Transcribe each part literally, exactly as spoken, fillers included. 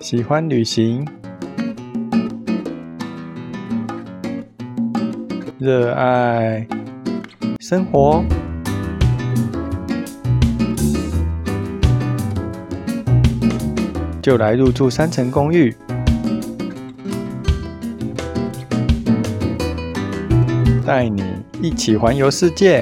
喜欢旅行，热爱生活，就来入住三层公寓，带你一起环游世界。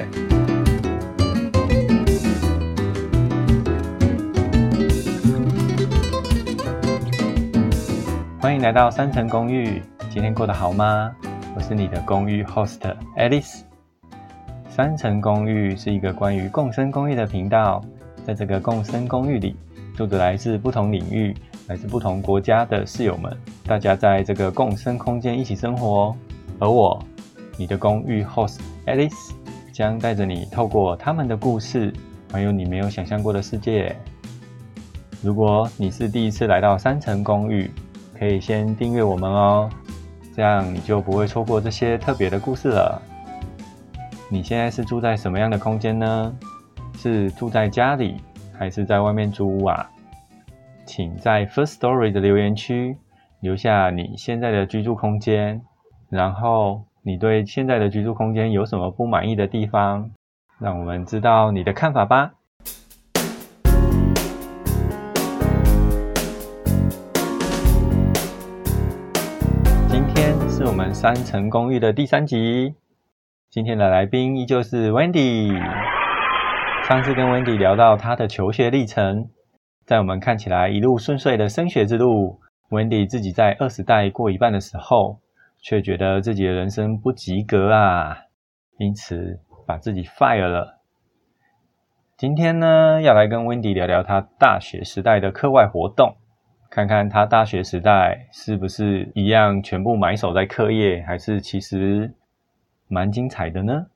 欢迎来到三层公寓，今天过得好吗？我是你的公寓 host Alice。三层公寓是一个关于共生公寓的频道，在这个共生公寓里，住着来自不同领域、来自不同国家的室友们，大家在这个共生空间一起生活。而我，你的公寓 host Alice， 将带着你透过他们的故事，环游你没有想象过的世界。如果你是第一次来到三层公寓，可以先订阅我们哦，这样你就不会错过这些特别的故事了。你现在是住在什么样的空间呢？是住在家里，还是在外面租屋啊？请在 First Story 的留言区留下你现在的居住空间，然后你对现在的居住空间有什么不满意的地方，让我们知道你的看法吧。是我们三层公寓的第三集，今天的来宾依旧是 Wendy。 上次跟 Wendy 聊到她的求学历程，在我们看起来一路顺遂的升学之路， Wendy 自己在二十代过一半的时候，却觉得自己的人生不及格啊，因此把自己 fire 了。今天呢，要来跟 Wendy 聊聊她大学时代的课外活动，看看他大学时代是不是一样全部埋首在课业，还是其实蛮精彩的呢？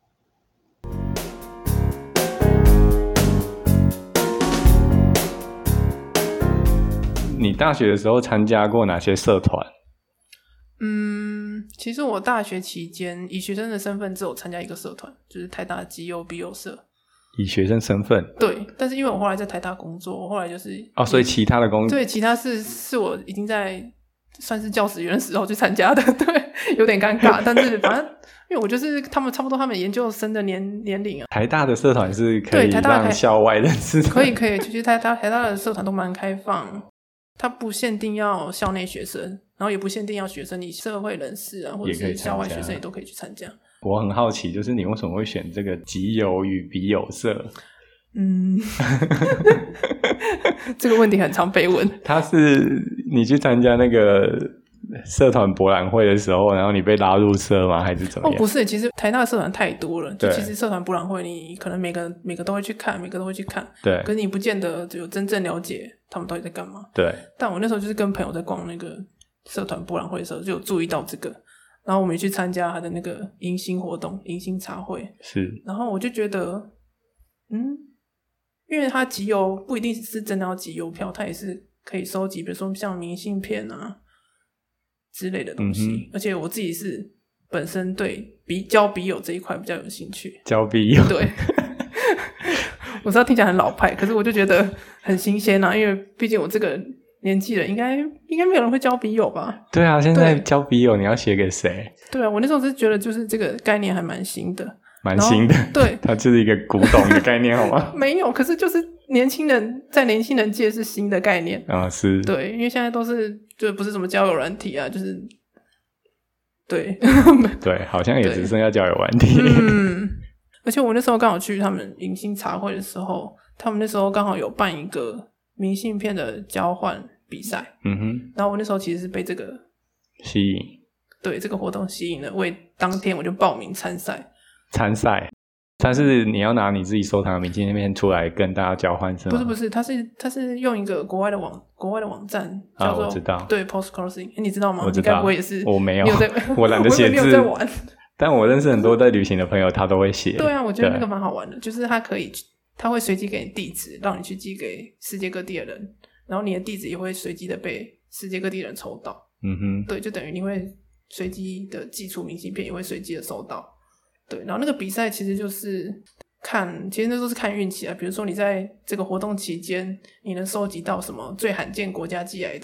你大学的时候参加过哪些社团？ 嗯，其实我大学期间以学生的身份只有参加一个社团，就是台大基优笔友社。 以学生身份？对， 但是因为我后来在台大工作，我后来就是哦，所以其他的工作， 对，其他是是我已经在算是教职员的时候去参加的，对，有点尴尬，但是反正因为我就是他们差不多他们研究生的年年龄啊。 台大的社团是可以让校外认识的， 可以可以，其实台大台大的社团都蛮开放，它不限定要校内学生，然后也不限定要学生，你社会人士啊，或者是校外学生也都可以去参加。 我很好奇，就是你为什么会选这个基友与笔友社？ 嗯，这个问题很常被问。 他是你去参加那个社团博览会的时候，然后你被拉入社吗？还是怎么样？ 哦，不是，其实台大社团太多了，就其实社团博览会你可能每个每个都会去看，每个都会去看， 对， 可是你不见得有真正了解他们到底在干嘛。 对， 但我那时候就是跟朋友在逛那个社团博览会的时候，就有注意到这个。然后我们也去参加他的那个迎新活动，迎新茶会。 是。 然后我就觉得，嗯，因为他集邮不一定是真的要集邮票，他也是可以收集，比如说像明信片啊之类的东西。嗯、而且我自己是本身对笔交笔友这一块比较有兴趣。 交笔友？ 对。我知道听起来很老派，可是我就觉得很新鲜啊，因为毕竟我这个年纪了，应该应该没有人会交笔友吧？ 对啊，现在交笔友你要写给谁？ 对啊，我那时候是觉得就是这个概念还蛮新的， 蛮新的。 对， 它就是一个古董的概念，好吗？ 没有，可是就是年轻人在年轻人界是新的概念啊、哦，是。 对，因为现在都是就不是什么交友软体啊，就是对对，好像也只剩下交友软体。 嗯，而且我那时候刚好去他们迎新茶会的时候，他们那时候刚好有办一个明信片的交换比赛， 嗯哼， 然后我那时候其实是被这个吸引， 对这个活动吸引了，我也当天我就报名参赛。参赛，但是你要拿你自己收藏的明信片出来跟大家交换是吗？ 不是不是，他是他是用一个国外的网国外的网站叫做、 啊、我知道， 对 Postcrossing， 你知道吗？ 我知道， 你该不会也是？ 我没有， 你有在我懒得写字， 我以为你有在玩。 但我认识很多在旅行的朋友，他都会写。 对啊，我觉得那个蛮好玩的，就是他可以，他会随机给你地址，让你去寄给世界各地的人，然后你的地址也会随机的被世界各地的人抽到。 嗯哼， 对，就等于你会随机的寄出明信片，也会随机的收到。对，然后那个比赛其实就是看，其实那都是看运气啊。比如说你在这个活动期间，你能收集到什么最罕见国家寄来的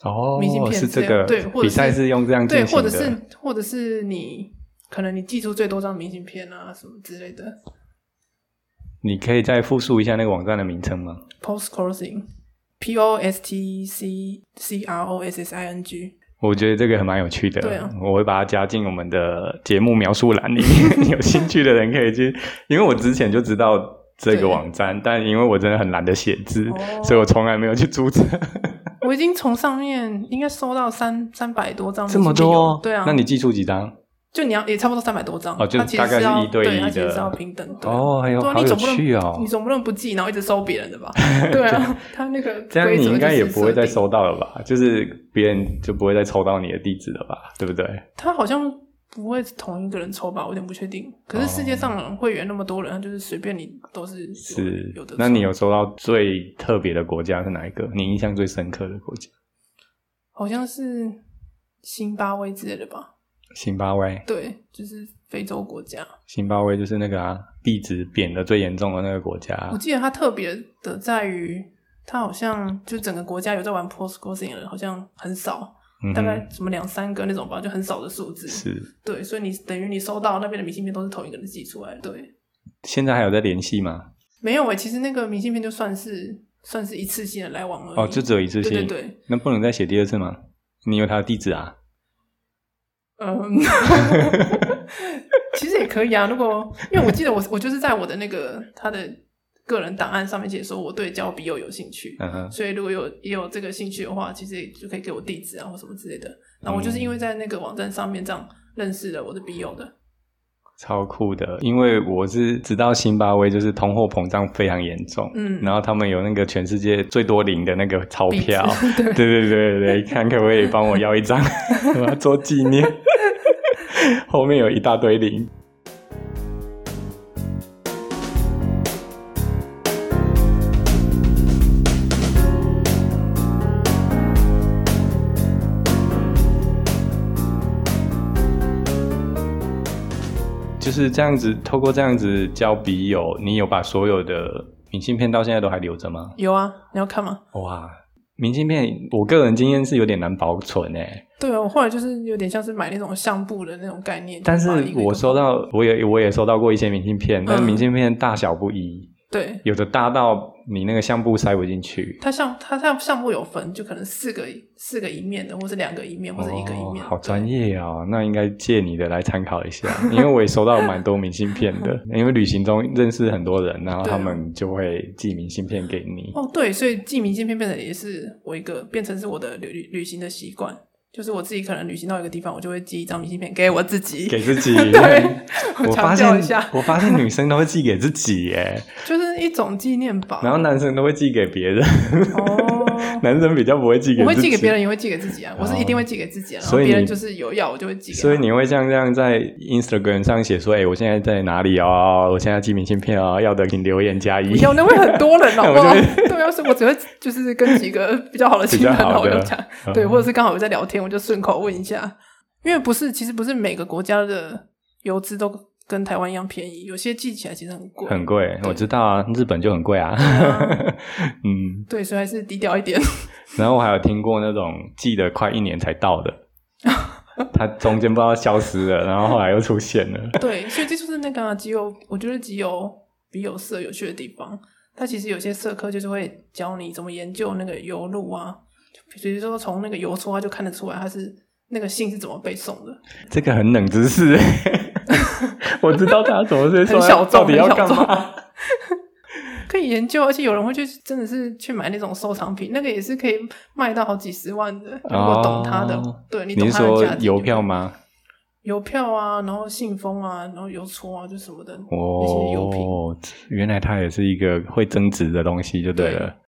哦， 明信片是这个， 对，或者是比赛是用这样进行的， 对，或者是或者是你可能你寄出最多张明信片啊什么之类的。 你可以再复述一下那个网站的名称吗？ Post Crossing P O S T C C R O S S I N G。 我觉得这个很蛮有趣的， 对啊， 我会把它加进我们的节目描述栏里面有兴趣的人可以去，因为我之前就知道这个网站，但因为我真的很懒得写字、哦、所以我从来没有去注册。 我已经从上面应该收到三三百多张， 这么多？ 对啊， 那你寄出几张？ 就你要也差不多三百多张哦，就大概是一对一的， 它其实是要平等的哦，很有好有趣哦。 你总不能不寄，然后一直收别人的吧？对啊，他那个这样你应该也不会再收到了吧？就是别人就不会再抽到你的地址了吧？对不对？ 他好像不会同一个人抽吧，我有点不确定。可是世界上会员那么多人，他就是随便你都是有是有的抽。 那你有收到最特别的国家是哪一个？你印象最深刻的国家？ 好像是辛巴威之类的吧。 辛巴威， 对，就是非洲国家。 辛巴威就是那个啊，地质贬的最严重的那个国家、啊。 我记得它特别的在于，它好像就整个国家有在玩 Post Crossing 的人好像很少、嗯，大概什么两三个那种吧，就很少的数字。 是， 对，所以你等于你收到那边的明信片都是同一个人寄出来的。对， 现在还有在联系吗？ 没有诶、欸，其实那个明信片就算是算是一次性的来往而已。 哦，就只有一次性。 对对对， 那不能再写第二次吗？你有他的地址啊？ 嗯，其实也可以啊。如果因为我记得我我就是在我的那个他的个人档案上面写说我对交笔友有兴趣、嗯、所以如果有也有这个兴趣的话，其实就可以给我地址啊或什么之类的。然后我就是因为在那个网站上面这样认识了我的笔友的。 超酷的，因为我是知道辛巴威就是通货膨胀非常严重，嗯，然后他们有那个全世界最多零的那个钞票，对对对对对，看可不可以帮我要一张，我要做纪念，后面有一大堆零。就是这样子，透过这样子交笔友，你有把所有的明信片到现在都还留着吗？ 有啊，你要看吗？ 哇，明信片我个人经验是有点难保存诶。 对啊，我后来就是有点像是买那种相簿的那种概念。 但是我收到，我也我也收到过一些明信片，但是明信片大小不一。对，有的大到你那个相簿塞不进去。它像它像相簿有分，就可能四个四个一面的，或是两个一面，或是一个一面。 哦、好专业哦，那应该借你的来参考一下，因为我也收到蛮多明信片的，因为旅行中认识很多人，然后他们就会寄明信片给你。 哦，对，所以寄明信片变成也是我一个变成是我的旅旅行的习惯。就是我自己可能旅行到一个地方，我就会寄一张明信片给我自己， 给自己。 对， 我发现我发现女生都会寄给自己耶， 就是一种纪念吧。 然后男生都会寄给别人，哦，男生比较不会寄给自己。 我会寄给别人，也会寄给自己啊。我是一定会寄给自己啊。然后别人就是有要，我就会寄给他。 所以你会像这样在 Instagram 上写说：“哎、欸，我现在在哪里哦？我现在寄明信片哦，要的请留言加一。” 有那会很多人好不好？对，要是我只会就是跟几个比较好的亲朋好友讲，对，或者是刚好有在聊天。我就顺口问一下，因为不是，其实不是每个国家的邮资都跟台湾一样便宜，有些寄起来其实很贵， 很贵。我知道啊，日本就很贵啊。 啊嗯， 对，所以还是低调一点。 然后我还有听过那种寄了快一年才到的，它中间不知道消失了，然后后来又出现了。对， 所以这就是那个、啊、集邮，我觉得集邮笔友社有趣的地方。它其实有些社科就是会教你怎么研究那个邮路啊。比如说从那个邮戳它就看得出来它是那个信是怎么被送的，这个很冷知识我知道他怎么会说他到底要干嘛可以研究，而且有人会去真的是去买那种收藏品，那个也是可以卖到好几十万的，如果懂它的、哦、对，你懂它的价值。你是说邮票吗？邮票啊，然后信封啊，然后邮戳啊，就什么的、哦、那些邮品。原来它也是一个会增值的东西就对了。对，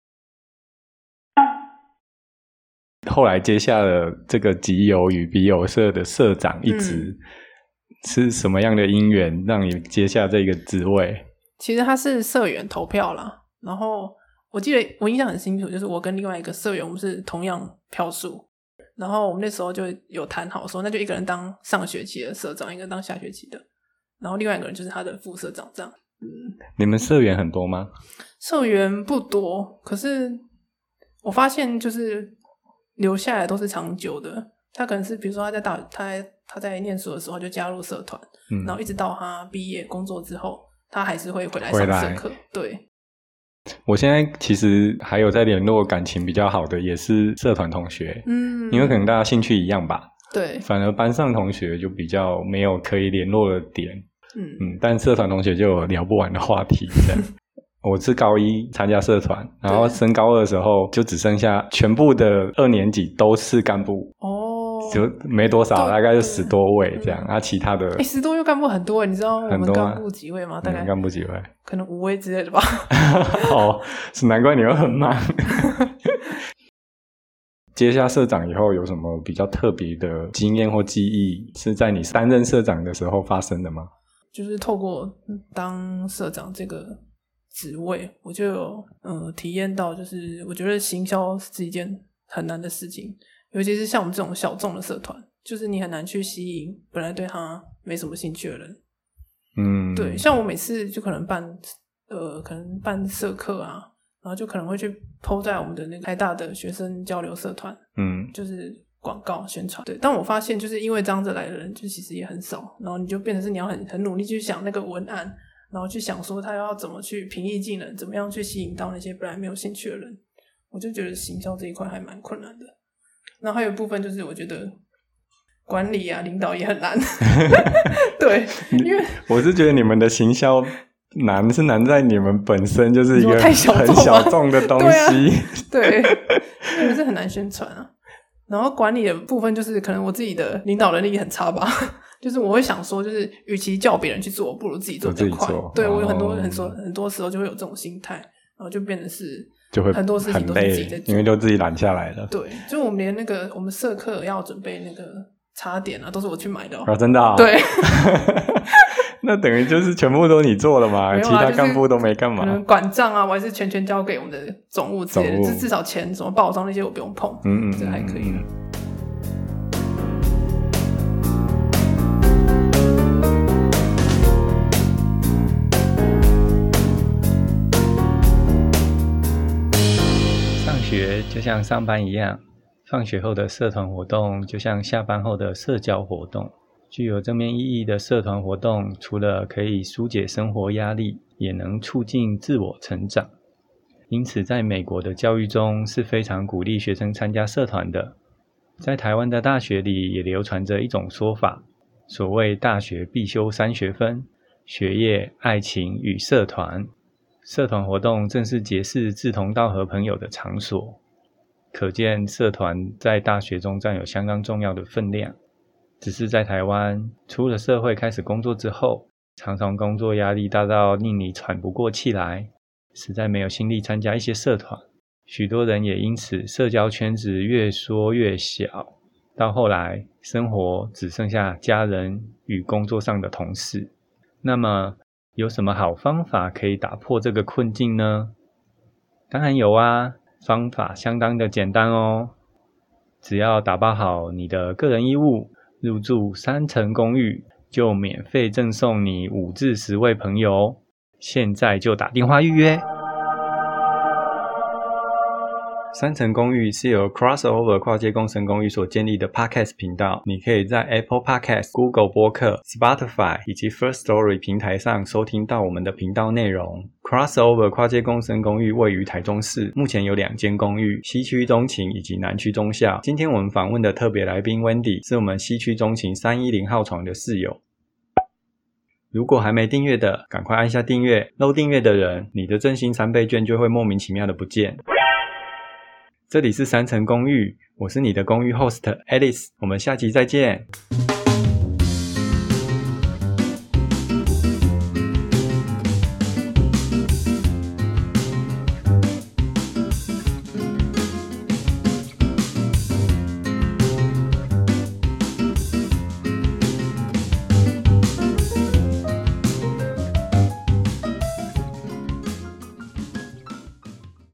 后来接下了这个集邮与笔友社的社长一职、嗯、是什么样的因缘让你接下这个职位？其实他是社员投票啦，然后我记得我印象很清楚，就是我跟另外一个社员我们是同样票数，然后我们那时候就有谈好说那就一个人当上学期的社长，一个人当下学期的，然后另外一个人就是他的副社长这样。嗯，你们社员很多吗？社员不多，可是我发现就是留下来都是长久的。他可能是比如说他在大他在他在念书的时候就加入社团、嗯、然后一直到他毕业工作之后他还是会回来上社课。对， 我现在其实还有在联络感情比较好的也是社团同学，嗯，因为可能大家兴趣一样吧。 对， 反而班上同学就比较没有可以联络的点，嗯嗯，但社团同学就有聊不完的话题这样。我是高一参加社团，然后升高二的时候就只剩下全部的二年级都是干部哦，就没多少，大概就十多位这样。啊，其他的哎、欸，十多位干部很多，你知道我们干部几位吗？ 啊、 大概干部几位？ 可能五位之类的吧。 哦，是难怪你会很忙。接下社长以后有什么比较特别的经验或记忆是在你担任社长的时候发生的吗？ 就是透过当社长这个职位，我就有呃体验到，就是我觉得行销是一件很难的事情，尤其是像我们这种小众的社团，就是你很难去吸引本来对他没什么兴趣的人。嗯，对，像我每次就可能办呃可能办社课啊，然后就可能会去 po 在我们的那个台大的学生交流社团，嗯，就是广告宣传。对，但我发现就是因为这样子来的人就其实也很少，然后你就变成是你要很很努力去想那个文案，然后去想说他要怎么去平易近人，怎么样去吸引到那些本来没有兴趣的人。我就觉得行销这一块还蛮困难的。然后还有一部分就是我觉得管理啊领导也很难。对，因为我是觉得你们的行销难是难在你们本身就是一个很小众的东西。 对，因为是很难宣传啊。然后管理的部分就是可能我自己的领导能力很差吧。就是我会想说，就是与其叫别人去做，不如自己做比较快。对，我有很多、哦、很多很多时候就会有这种心态，然后就变成是就会很多事情都是自己在做， 因为都自己揽下来了。 对，就我们连那个我们社课要准备那个茶点啊，都是我去买的。哦， 啊真的啊？ 对。 那等于就是全部都你做了嘛？啊、其他干部都没干嘛？ 可能管账啊，我还是全权交给我们的总务之类的，至少钱什么报账那些我不用碰。嗯嗯，这还可以。嗯学就像上班一样，放学后的社团活动就像下班后的社交活动。具有正面意义的社团活动，除了可以疏解生活压力，也能促进自我成长。因此在美国的教育中是非常鼓励学生参加社团的。在台湾的大学里也流传着一种说法，所谓大学必修三学分：学业、爱情与社团。社团活动正是结识志同道合朋友的场所，可见社团在大学中占有相当重要的分量。只是在台湾，出了社会开始工作之后，常常工作压力大到令你喘不过气来，实在没有心力参加一些社团。许多人也因此社交圈子越缩越小，到后来生活只剩下家人与工作上的同事。那么有什么好方法可以打破这个困境呢？当然有啊，方法相当的简单哦。只要打包好你的个人衣物，入住三层公寓，就免费赠送你五至十位朋友。现在就打电话预约。三层公寓是由 Crossover 跨界共生公寓所建立的 Podcast 频道，你可以在 Apple Podcast、Google 播客、Spotify 以及 First Story 平台上收听到我们的频道内容。Crossover 跨界共生公寓位于台中市，目前有两间公寓，西区中情以及南区中校。今天我们访问的特别来宾 Wendy 是我们西区中情三一零号床的室友。如果还没订阅的，赶快按下订阅，漏订阅的人，你的振兴三倍券就会莫名其妙的不见。这里是三层公寓，我是你的公寓 host Alice， 我们下集再见。